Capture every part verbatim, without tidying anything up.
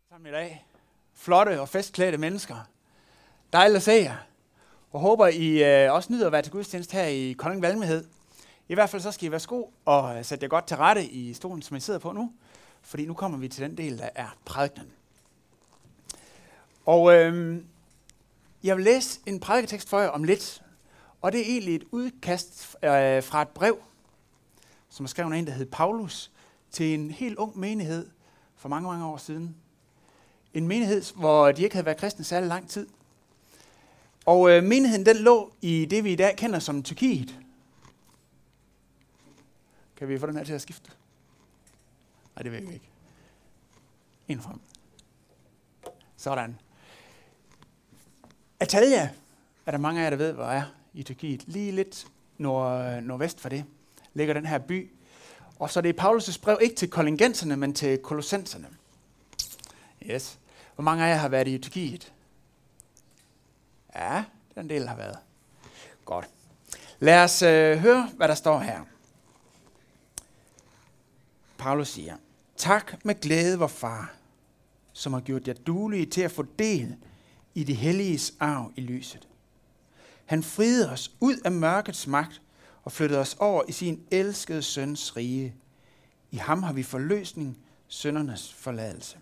Sammen i dag. Flotte og festklædte mennesker. Dejligt at se jer. Og håber, I øh, også nyder at være til gudstjeneste her i Kolding Valgmenighed. I hvert fald så skal I værsgo og sætte jer godt til rette i stolen, som I sidder på nu. Fordi nu kommer vi til den del, der er prædikenen. Og øh, jeg vil læse en prædiketekst for jer om lidt. Og det er egentlig et udkast øh, fra et brev, som er skrevet af en, der hed Paulus, til en helt ung menighed for mange, mange år siden. En menighed, hvor de ikke havde været kristne særlig lang tid. Og øh, menigheden den lå i det, vi i dag kender som Tyrkiet. Kan vi få den her til at skifte? Nej, det vil vi ikke. En frem. Sådan. Antalya er der mange af jer, der ved, hvor er i Tyrkiet. Lige lidt nord, nordvest for det ligger den her by. Og så er det Paulus' brev ikke til kollingenserne, men til kolossenserne. Yes. Hvor mange af jer har været i Tyrkiet? Ja, den del har været. Godt. Lad os øh, høre, hvad der står her. Paulus siger, tak med glæde, vor far, som har gjort jer duelige til at få del i det helliges arv i lyset. Han friede os ud af mørkets magt og flyttede os over i sin elskede søns rige. I ham har vi forløsning, syndernes forladelse.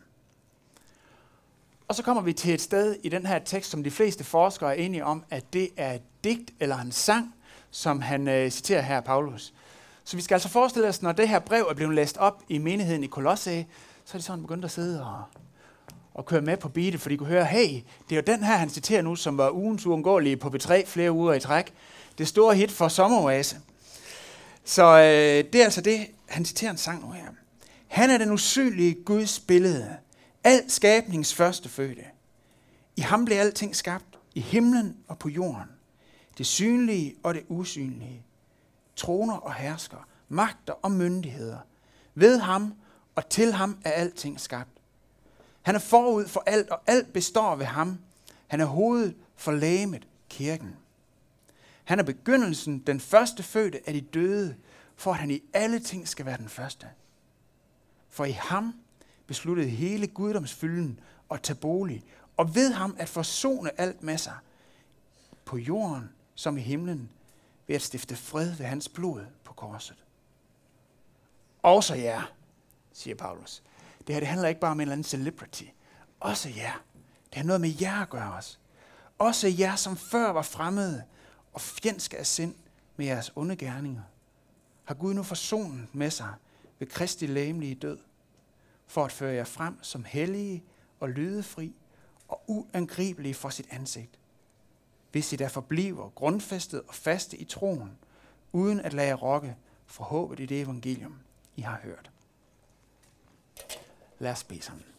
Og så kommer vi til et sted i den her tekst, som de fleste forskere er enige om, at det er et digt eller en sang, som han øh, citerer her, Paulus. Så vi skal altså forestille os, når det her brev er blevet læst op i menigheden i Kolosse, så er de sådan begyndt at sidde og, og køre med på beatet, for de kunne høre, hey, det er jo den her, han citerer nu, som var ugens uundgåelige på B tre flere uger i træk. Det store hit for sommeroase. Så øh, det er altså det, han citerer en sang nu her. Han er den usynlige Guds billede. Al skabnings førstefødte. I ham blev alting skabt, i himlen og på jorden. Det synlige og det usynlige. Troner og hersker, magter og myndigheder. Ved ham og til ham er alting skabt. Han er forud for alt, og alt består ved ham. Han er hovedet for legemet, kirken. Han er begyndelsen, den første fødte af de døde, for at han i alle ting skal være den første. For i ham besluttede hele guddomsfylden at tage bolig, og ved ham at forsone alt med sig, på jorden som i himlen, ved at stifte fred ved hans blod på korset. Også jer, siger Paulus. Det her det handler ikke bare om en eller anden celebrity. Også jer. Det har noget med jer at gøre os. Også jer, som før var fremmede og fjendske af sind med jeres onde gerninger, har Gud nu forsonet med sig ved Kristi legemlige død, for at føre jer frem som hellige og lydefri og uangribelige for sit ansigt, hvis I derfor bliver grundfæstet og faste i troen, uden at lade jer rokke for håbet i det evangelium, I har hørt. Lad os bede sammen.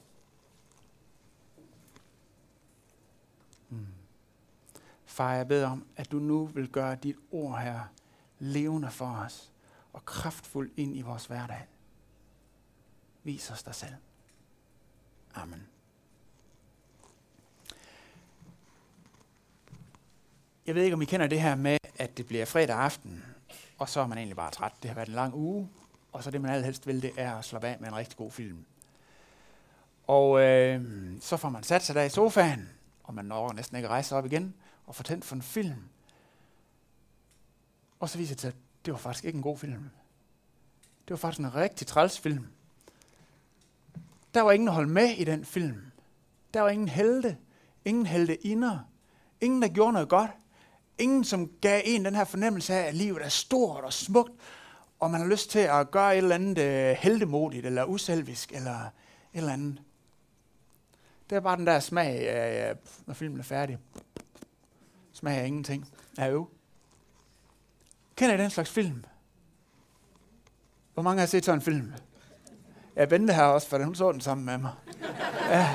Hmm. Far, jeg beder om, at du nu vil gøre dit ord her levende for os og kraftfuldt ind i vores hverdag. Vis os dig selv. Amen. Jeg ved ikke, om I kender det her med, at det bliver fredag aften, og så er man egentlig bare træt. Det har været en lang uge, og så det, man allerhelst vil, det er at slappe af med en rigtig god film. Og øh, så får man sat sig der i sofaen, og man når næsten ikke at rejse op igen, og får tændt for en film. Og så viser det sig, at det var faktisk ikke en god film. Det var faktisk en rigtig træls film. Der var ingen at holde med i den film. Der var ingen helte, ingen helteinder, ingen, der gjorde noget godt. Ingen, som gav en den her fornemmelse af, at livet er stort og smukt, og man har lyst til at gøre et eller andet uh, heltemodigt, eller uselvisk, eller et eller andet. Det er bare den der smag af, når filmen er færdig. Smag af ingenting. Ja, jo. Kender I den slags film? Hvor mange har set sådan en film? Ja, Bente her også, for hun så den sammen med mig. Ja.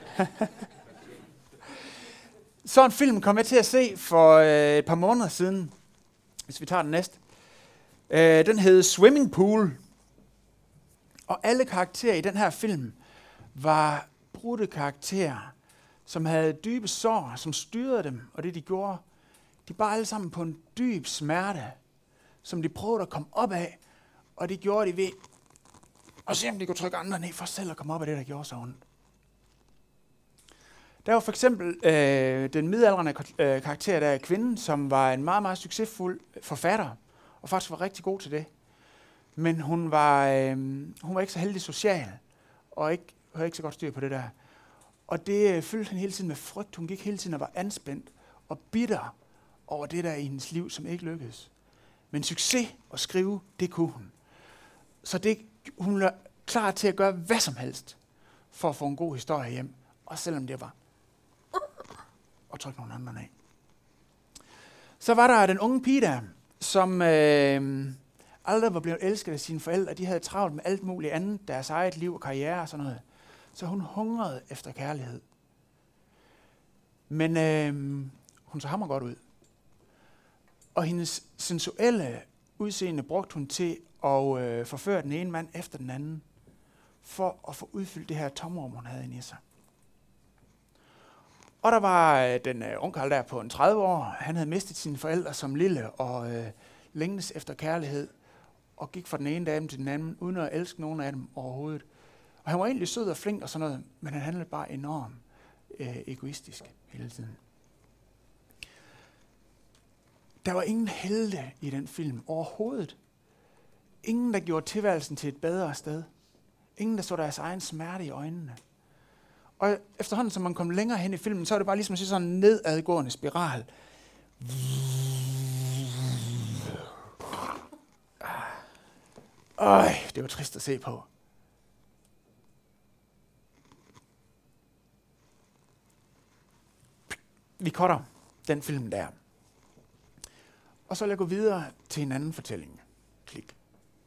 Så en film kom jeg til at se for øh, et par måneder siden, hvis vi tager den næste. Øh, den hed Swimming Pool. Og alle karakterer i den her film var brudte karakterer, som havde dybe sår, som styrede dem, og det de gjorde, de bar alle sammen på en dyb smerte, som de prøvede at komme op af, og det gjorde de ved at se, om de kunne trykke andre ned for selv at komme op af det, der gjorde så ondt. Der var for eksempel øh, den midaldrende øh, karakter, der er kvinden, som var en meget, meget succesfuld forfatter, og faktisk var rigtig god til det. Men hun var, øh, hun var ikke så heldig social, og ikke, havde ikke så godt styr på det der. Og det øh, fyldte hende hele tiden med frygt. Hun gik hele tiden og var anspændt og bitter over det der i hendes liv, som ikke lykkedes. Men succes at skrive, det kunne hun. Så det, hun var klar til at gøre hvad som helst, for at få en god historie hjem. Også selvom det var og trykke nogle andre af. Så var der den unge pige der, som øh, aldrig var blevet elsket af sine forældre. De havde travlt med alt muligt andet, deres eget liv og karriere og sådan noget. Så hun hungrede efter kærlighed. Men øh, hun så hammer godt ud. Og hendes sensuelle udseende brugte hun til at øh, forføre den ene mand efter den anden, for at få udfyldt det her tomrum, hun havde inde i sig. Og der var øh, den øh, onkel der på en tredive år. Han havde mistet sine forældre som lille og øh, længtes efter kærlighed, og gik fra den ene dame til den anden, uden at elske nogen af dem overhovedet. Og han var egentlig sød og flink og sådan noget, men han handlede bare enormt øh, egoistisk hele tiden. Der var ingen helte i den film overhovedet. Ingen, der gjorde tilværelsen til et bedre sted. Ingen, der så deres egen smerte i øjnene. Og efterhånden, som man kom længere hen i filmen, så var det bare ligesom at se sådan en nedadgående spiral. Øj, det var trist at se på. Vi cutter den film der. Og så vil jeg gå videre til en anden fortælling. Klik.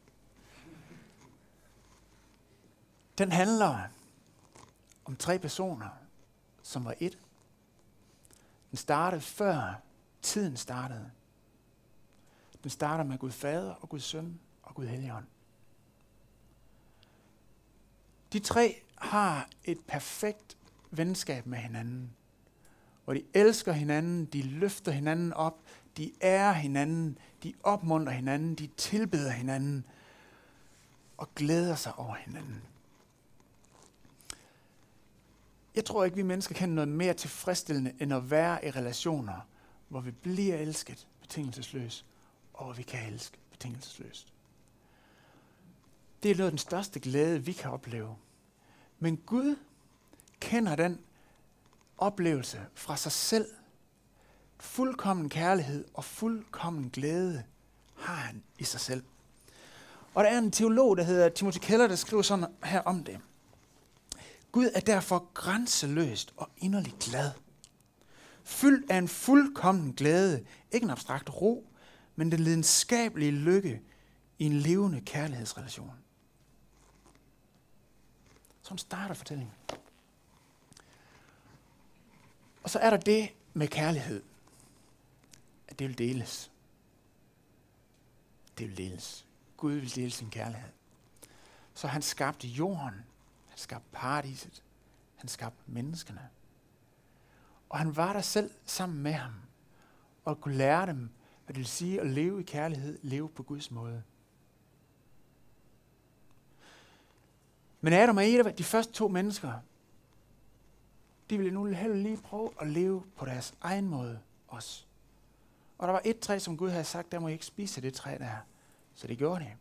Den handler om tre personer, som var et. Den startede før tiden startede. Den starter med Gud Fader og Gud Søn og Gud Helligånd. De tre har et perfekt venskab med hinanden, hvor de elsker hinanden, de løfter hinanden op, de ærer hinanden, de opmuntrer hinanden, de tilbeder hinanden og glæder sig over hinanden. Jeg tror ikke, vi mennesker kan noget mere tilfredsstillende, end at være i relationer, hvor vi bliver elsket betingelsesløst, og hvor vi kan elske betingelsesløst. Det er noget af den største glæde, vi kan opleve. Men Gud kender den oplevelse fra sig selv. Fuldkommen kærlighed og fuldkommen glæde har han i sig selv. Og der er en teolog, der hedder Timothy Keller, der skriver sådan her om det. Gud er derfor grænseløst og inderligt glad. Fyldt af en fuldkommen glæde, ikke en abstrakt ro, men den lidenskabelige lykke i en levende kærlighedsrelation. Sådan starter fortællingen. Og så er der det med kærlighed, at det vil deles. Det vil deles. Gud vil dele sin kærlighed. Så han skabte jorden, han skabte paradiset, han skabte menneskene. Og han var der selv sammen med ham, og kunne lære dem, hvad det vil sige at leve i kærlighed, leve på Guds måde. Men Adam og Eva, de første to mennesker, de ville nu heller lige prøve at leve på deres egen måde også. Og der var et træ, som Gud havde sagt, der må I ikke spise det træ der. Så det gjorde de.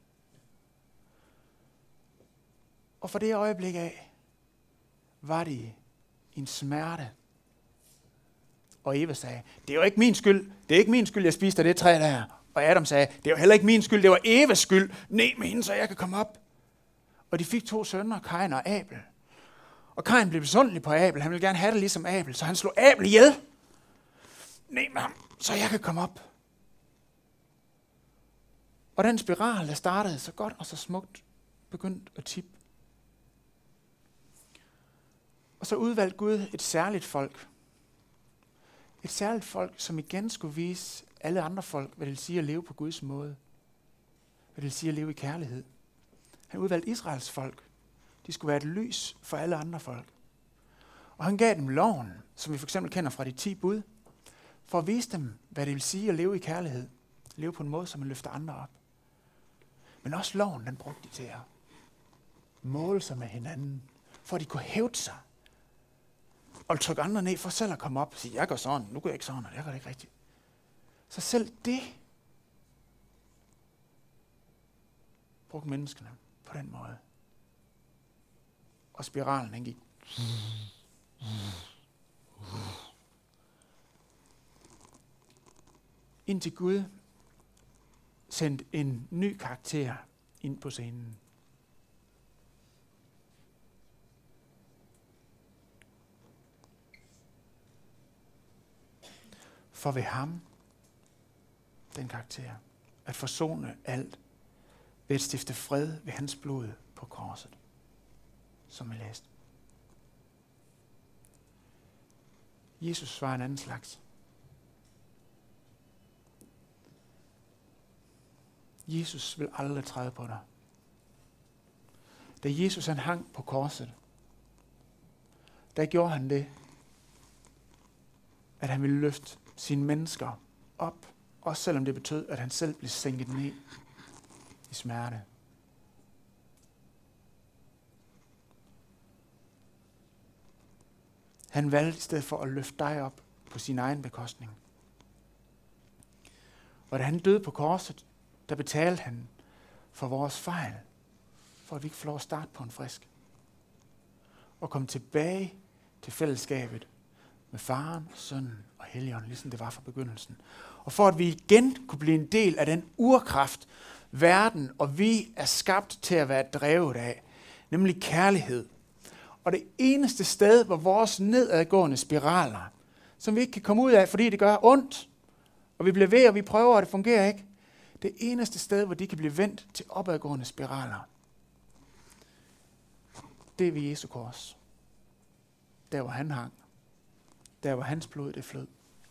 Og for det øjeblik af, var de i en smerte. Og Eva sagde, det er jo ikke min skyld. Det er ikke min skyld, jeg spiste af det træ der. Og Adam sagde, det er jo heller ikke min skyld. Det var Evas skyld. Ned med hende, så jeg kan komme op. Og de fik to sønner, Kain og Abel. Og Kain blev besundelig på Abel. Han ville gerne have det ligesom Abel, så han slog Abel ihjel. Ned med ham, så jeg kan komme op. Og den spiral, der startede så godt og så smukt, begyndte at tippe. Og så udvalgte Gud et særligt folk. Et særligt folk, som igen skulle vise alle andre folk, hvad det vil sige at leve på Guds måde. Hvad det vil sige at leve i kærlighed. Han udvalgte Israels folk. De skulle være et lys for alle andre folk. Og han gav dem loven, som vi for eksempel kender fra de ti bud, for at vise dem, hvad det vil sige at leve i kærlighed. Leve på en måde, som man løfter andre op. Men også loven, den brugte de til at måle sig med hinanden, for at de kunne hævde sig. og trykke andre ned for selv at komme op og sige, jeg gør sådan, nu gør jeg ikke sådan, og jeg gør det ikke rigtigt. Så selv det brugte menneskene på den måde. Og spiralen, den gik. Indtil Gud sendte en ny karakter ind på scenen. For ved ham, den karakter, at forsone alt, ved at stifte fred ved hans blod på korset, som vi læste. Jesus var en anden slags. Jesus vil aldrig træde på dig. Da Jesus han hang på korset, der gjorde han det, at han ville løfte sine mennesker op, også selvom det betød, at han selv blev sænket ned i smerte. Han valgte i stedet for at løfte dig op på sin egen bekostning. Og da han døde på korset, der betalte han for vores fejl, for at vi ikke får lov at starte på en frisk. Og komme tilbage til fællesskabet med faren, sønnen og Helligånden, ligesom det var fra begyndelsen. Og for at vi igen kunne blive en del af den urkraft, verden og vi er skabt til at være drevet af, nemlig kærlighed. Og det eneste sted, hvor vores nedadgående spiraler, som vi ikke kan komme ud af, fordi det gør ondt, og vi bliver ved, og vi prøver, og det fungerer ikke, det eneste sted, hvor de kan blive vendt til opadgående spiraler, det er ved Jesu kors. Der, hvor han hang. Der, hvor hans blod det flød.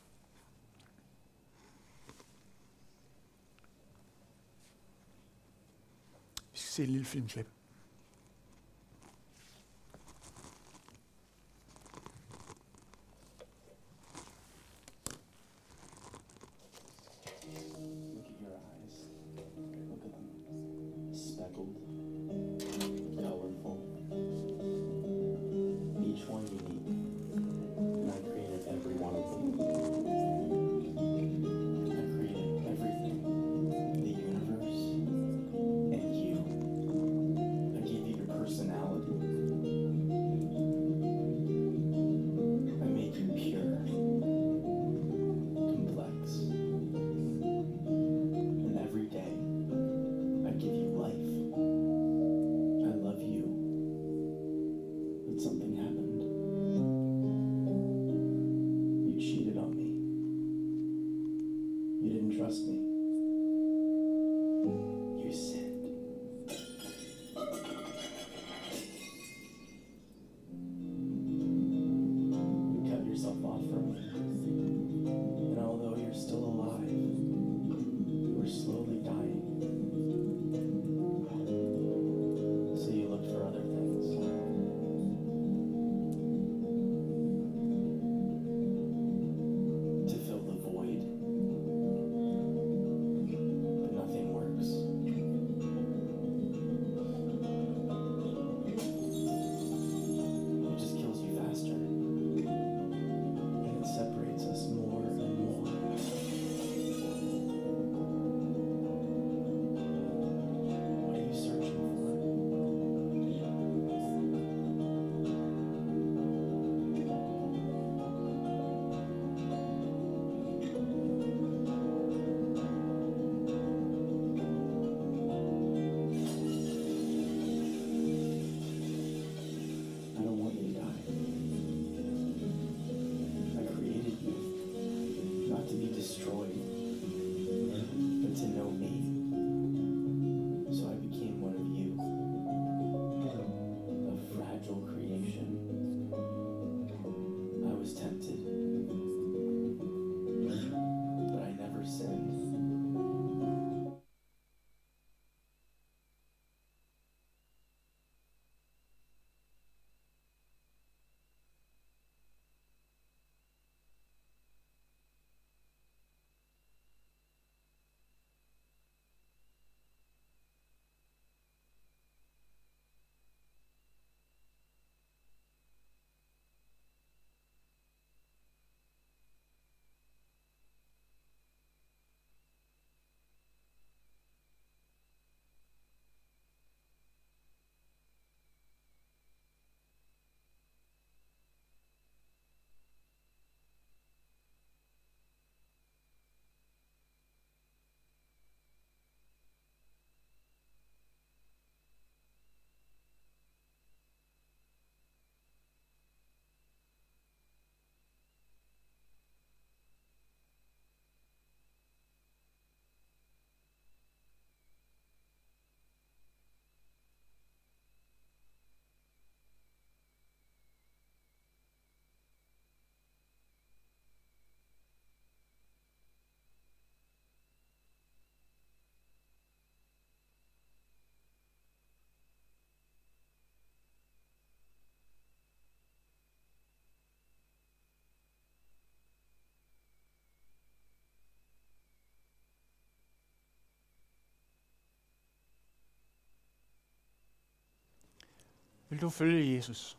Vi skal se et lille filmklip. Vil du følge Jesus?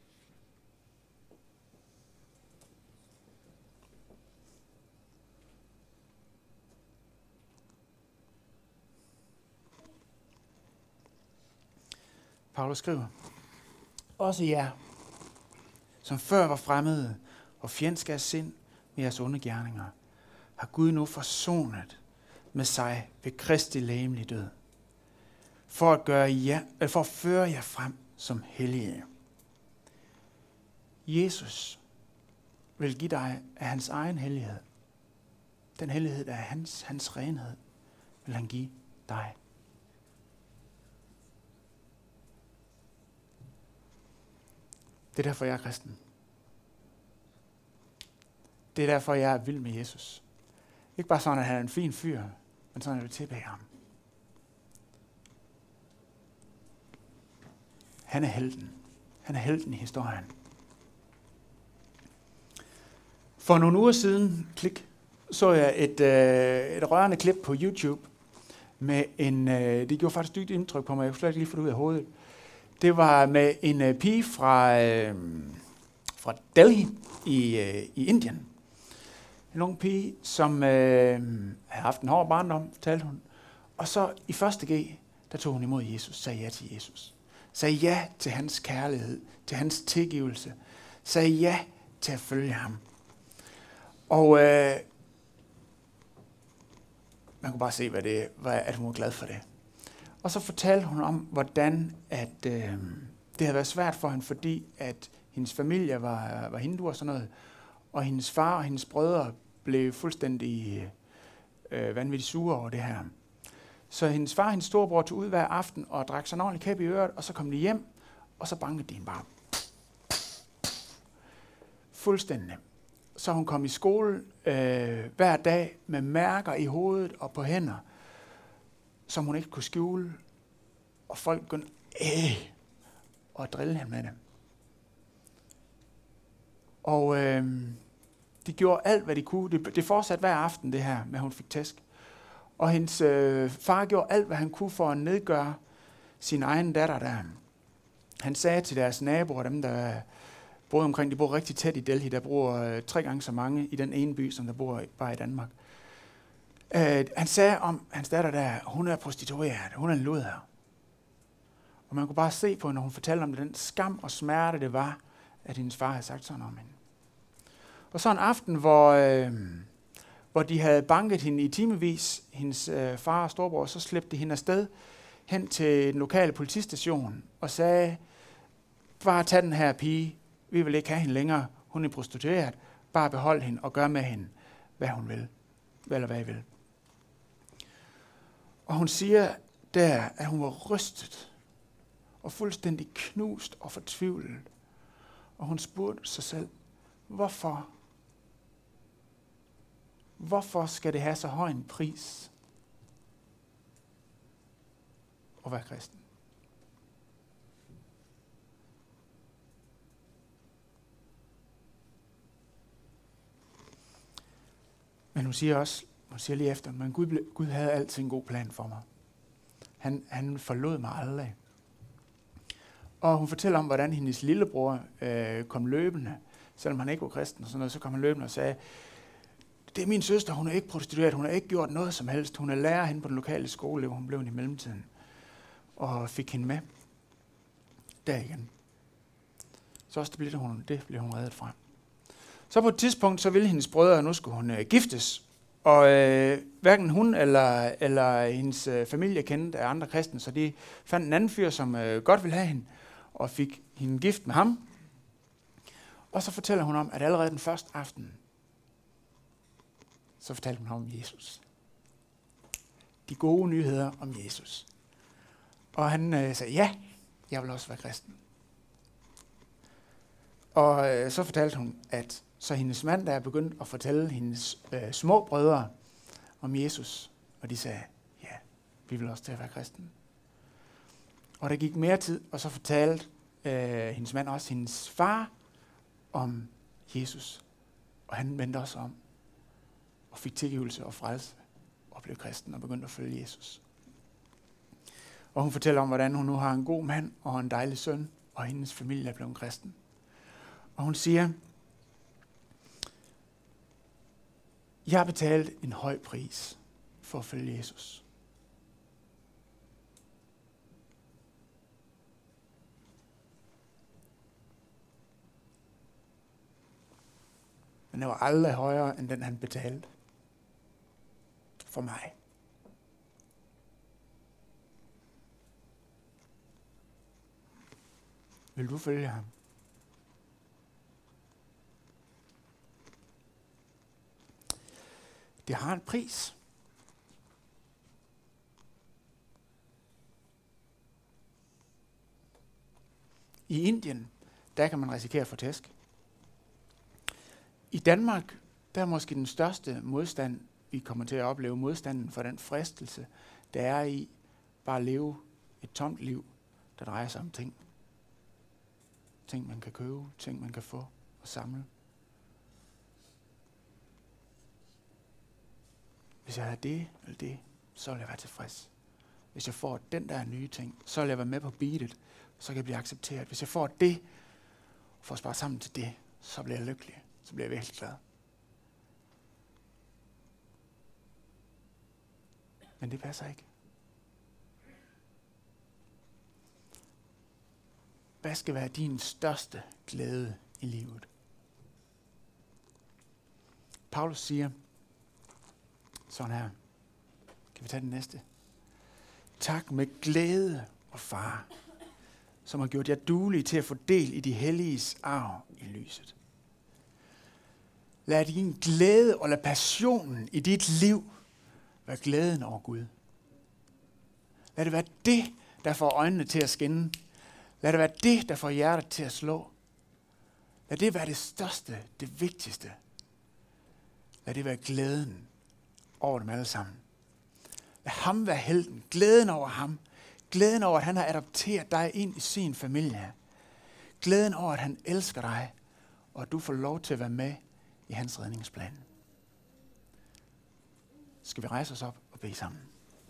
Paulus skriver, også jer, som før var fremmede og fjendske af sind med jeres onde gerninger, har Gud nu forsonet med sig ved Kristi legemlige død, for at, gøre jer, for at føre jer frem som hellige. Jesus vil give dig af hans egen hellighed. Den hellighed, der er hans, hans renhed, vil han give dig. Det er derfor, jeg er kristen. Det er derfor, jeg er vild med Jesus. Ikke bare sådan, at han er en fin fyr, men sådan, at jeg vil tilbage ham. Han er helten. Han er helten i historien. For nogle uger siden, klik, så jeg et, øh, et rørende klip på YouTube med en, øh, det gjorde faktisk dybt indtryk på mig, jeg kunne slet ikke lige få det ud af hovedet. Det var med en øh, pige fra, øh, fra Delhi i, øh, i Indien. En ung pige, som øh, havde haft en hård barndom, fortalte hun. Og så i første G, der tog hun imod Jesus, sagde ja til Jesus. Sagde ja til hans kærlighed, til hans tilgivelse. Sagde ja til at følge ham. Og øh, man kunne bare se, hvad det var, at hun var glad for det. Og så fortalte hun om, hvordan at, øh, det havde været svært for hende, fordi at hendes familie var, var hinduer og sådan noget. Og hendes far og hendes brødre blev fuldstændig øh, vanvittigt sure over det her. Så hendes far og hendes storebror tog ud hver aften og drak sig en ordentlig kæp i øret, og så kom de hjem, og så bankede de hende bare. Fuldstændig. Så hun kom i skole øh, hver dag med mærker i hovedet og på hænder, som hun ikke kunne skjule, og folk begyndte øh, og drille hende med det. Og øh, de gjorde alt, hvad de kunne. Det, det fortsatte hver aften, det her, med at hun fik tæsk. Og hendes øh, far gjorde alt, hvad han kunne for at nedgøre sin egen datter der. Han sagde til deres naboer, dem der boede omkring, de bor rigtig tæt i Delhi, der bor øh, tre gange så mange i den ene by, som der bor bare i Danmark. Øh, han sagde om hans datter der, hun er prostitueret, hun er en luder. Og man kunne bare se på hende, når hun fortalte om den skam og smerte, det var, at hendes far havde sagt sådan om hende. Og så en aften, hvor, øh, hvor de havde banket hende i timevis, hendes øh, far og storebror, så slæbte de hende afsted hen til den lokale politistation og sagde, bare tag den her pige, vi vil ikke have hende længere, hun er prostitueret, bare behold hende og gør med hende, hvad hun vil, eller hvad I vil. Og hun siger der, at hun var rystet og fuldstændig knust og fortvivlet. Og hun spurgte sig selv, hvorfor? Hvorfor skal det have så høj en pris at være kristen? Men hun siger også, hun siger lige efter, men Gud, Gud havde altid en god plan for mig. Han, han forlod mig aldrig. Og hun fortæller om, hvordan hendes lillebror øh, kom løbende, selvom han ikke var kristen og sådan noget, så kom han løbende og sagde, det er min søster, hun er ikke prostitueret, hun har ikke gjort noget som helst, hun er lærer henne på den lokale skole, hvor hun blev i mellemtiden, og fik hende med der igen. Så også det blev hun, det blev hun reddet fra. Så på et tidspunkt, så ville hendes brødre, nu skulle hun øh, giftes, og øh, hverken hun eller, eller hendes øh, familie kendte af andre kristne, så de fandt en anden fyr, som øh, godt ville have hende, og fik hende gift med ham. Og så fortæller hun om, at allerede den første aften, så fortalte hun om Jesus. De gode nyheder om Jesus. Og han øh, sagde, ja, jeg vil også være kristen. Og øh, så fortalte hun, at så hendes mand, der er begyndt at fortælle hendes øh, små brødre om Jesus. Og de sagde, ja, vi vil også til at være kristen. Og der gik mere tid, og så fortalte øh, hendes mand også hendes far om Jesus. Og han vendte også om og fik tilgivelse og frelse og blev kristen og begyndte at følge Jesus. Og hun fortæller om, hvordan hun nu har en god mand og en dejlig søn og hendes familie er blevet kristen. Og hun siger, jeg har betalt en høj pris for at følge Jesus. Men det var aldrig højere, end den han betalte for mig. Vil du følge ham? Det har en pris. I Indien, der kan man risikere at få tæsk. I Danmark, der er måske den største modstand, vi kommer til at opleve, modstanden for den fristelse, der er i bare at leve et tomt liv, der drejer sig om ting. Ting, man kan købe, ting, man kan få og samle. Hvis jeg har det eller det, så vil jeg være tilfreds. Hvis jeg får den der nye ting, så vil jeg være med på beatet, så kan jeg blive accepteret. Hvis jeg får det, for at spare sammen til det, så bliver jeg lykkelig. Så bliver jeg virkelig glad. Men det passer ikke. Hvad skal være din største glæde i livet? Paulus siger sådan her. Kan vi tage den næste? Tak med glæde og far, som har gjort jer duelige til at få del i de helliges arv i lyset. Lad din glæde og lad passionen i dit liv være glæden over Gud. Lad det være det, der får øjnene til at skinne. Lad det være det, der får hjertet til at slå. Lad det være det største, det vigtigste. Lad det være glæden over dem alle sammen. Lad ham være helten. Glæden over ham. Glæden over, at han har adopteret dig ind i sin familie. Glæden over, at han elsker dig, og at du får lov til at være med i hans redningsplan. Skal vi rejse os op og bede sammen?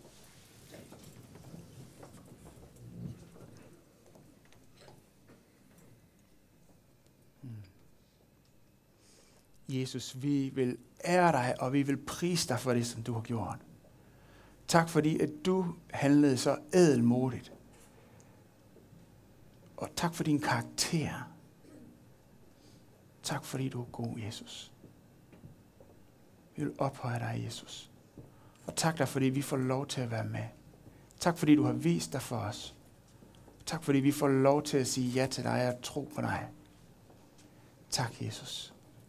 Jesus, vi vil ære dig, og vi vil prise dig for det, som du har gjort. Tak fordi, at du handlede så ædelmodigt. Og tak for din karakter. Tak fordi, du er god, Jesus. Vi vil ophøje dig, Jesus. Og tak dig, fordi vi får lov til at være med. Tak fordi, du har vist dig for os. Tak fordi, vi får lov til at sige ja til dig og tro på dig. Tak, Jesus.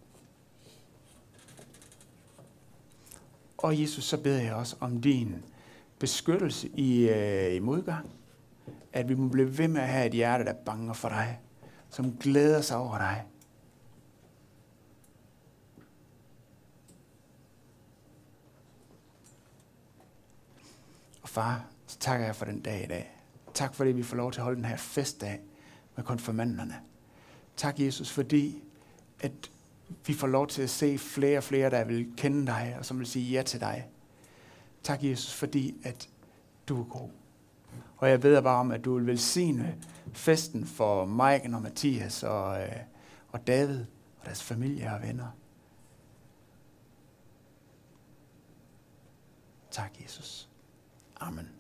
Og Jesus, så beder jeg også om din beskyttelse i, øh, i modgang. At vi må blive ved med at have et hjerte, der banger for dig. Som glæder sig over dig. Og far, så takker jeg for den dag i dag. Tak fordi vi får lov til at holde den her festdag med konfirmanderne. Tak, Jesus, fordi at vi får lov til at se flere og flere, der vil kende dig, og som vil sige ja til dig. Tak, Jesus, fordi at du er god. Og jeg beder bare om, at du vil velsigne festen for Maiken og Mathias og, øh, og David og deres familie og venner. Tak, Jesus. Amen.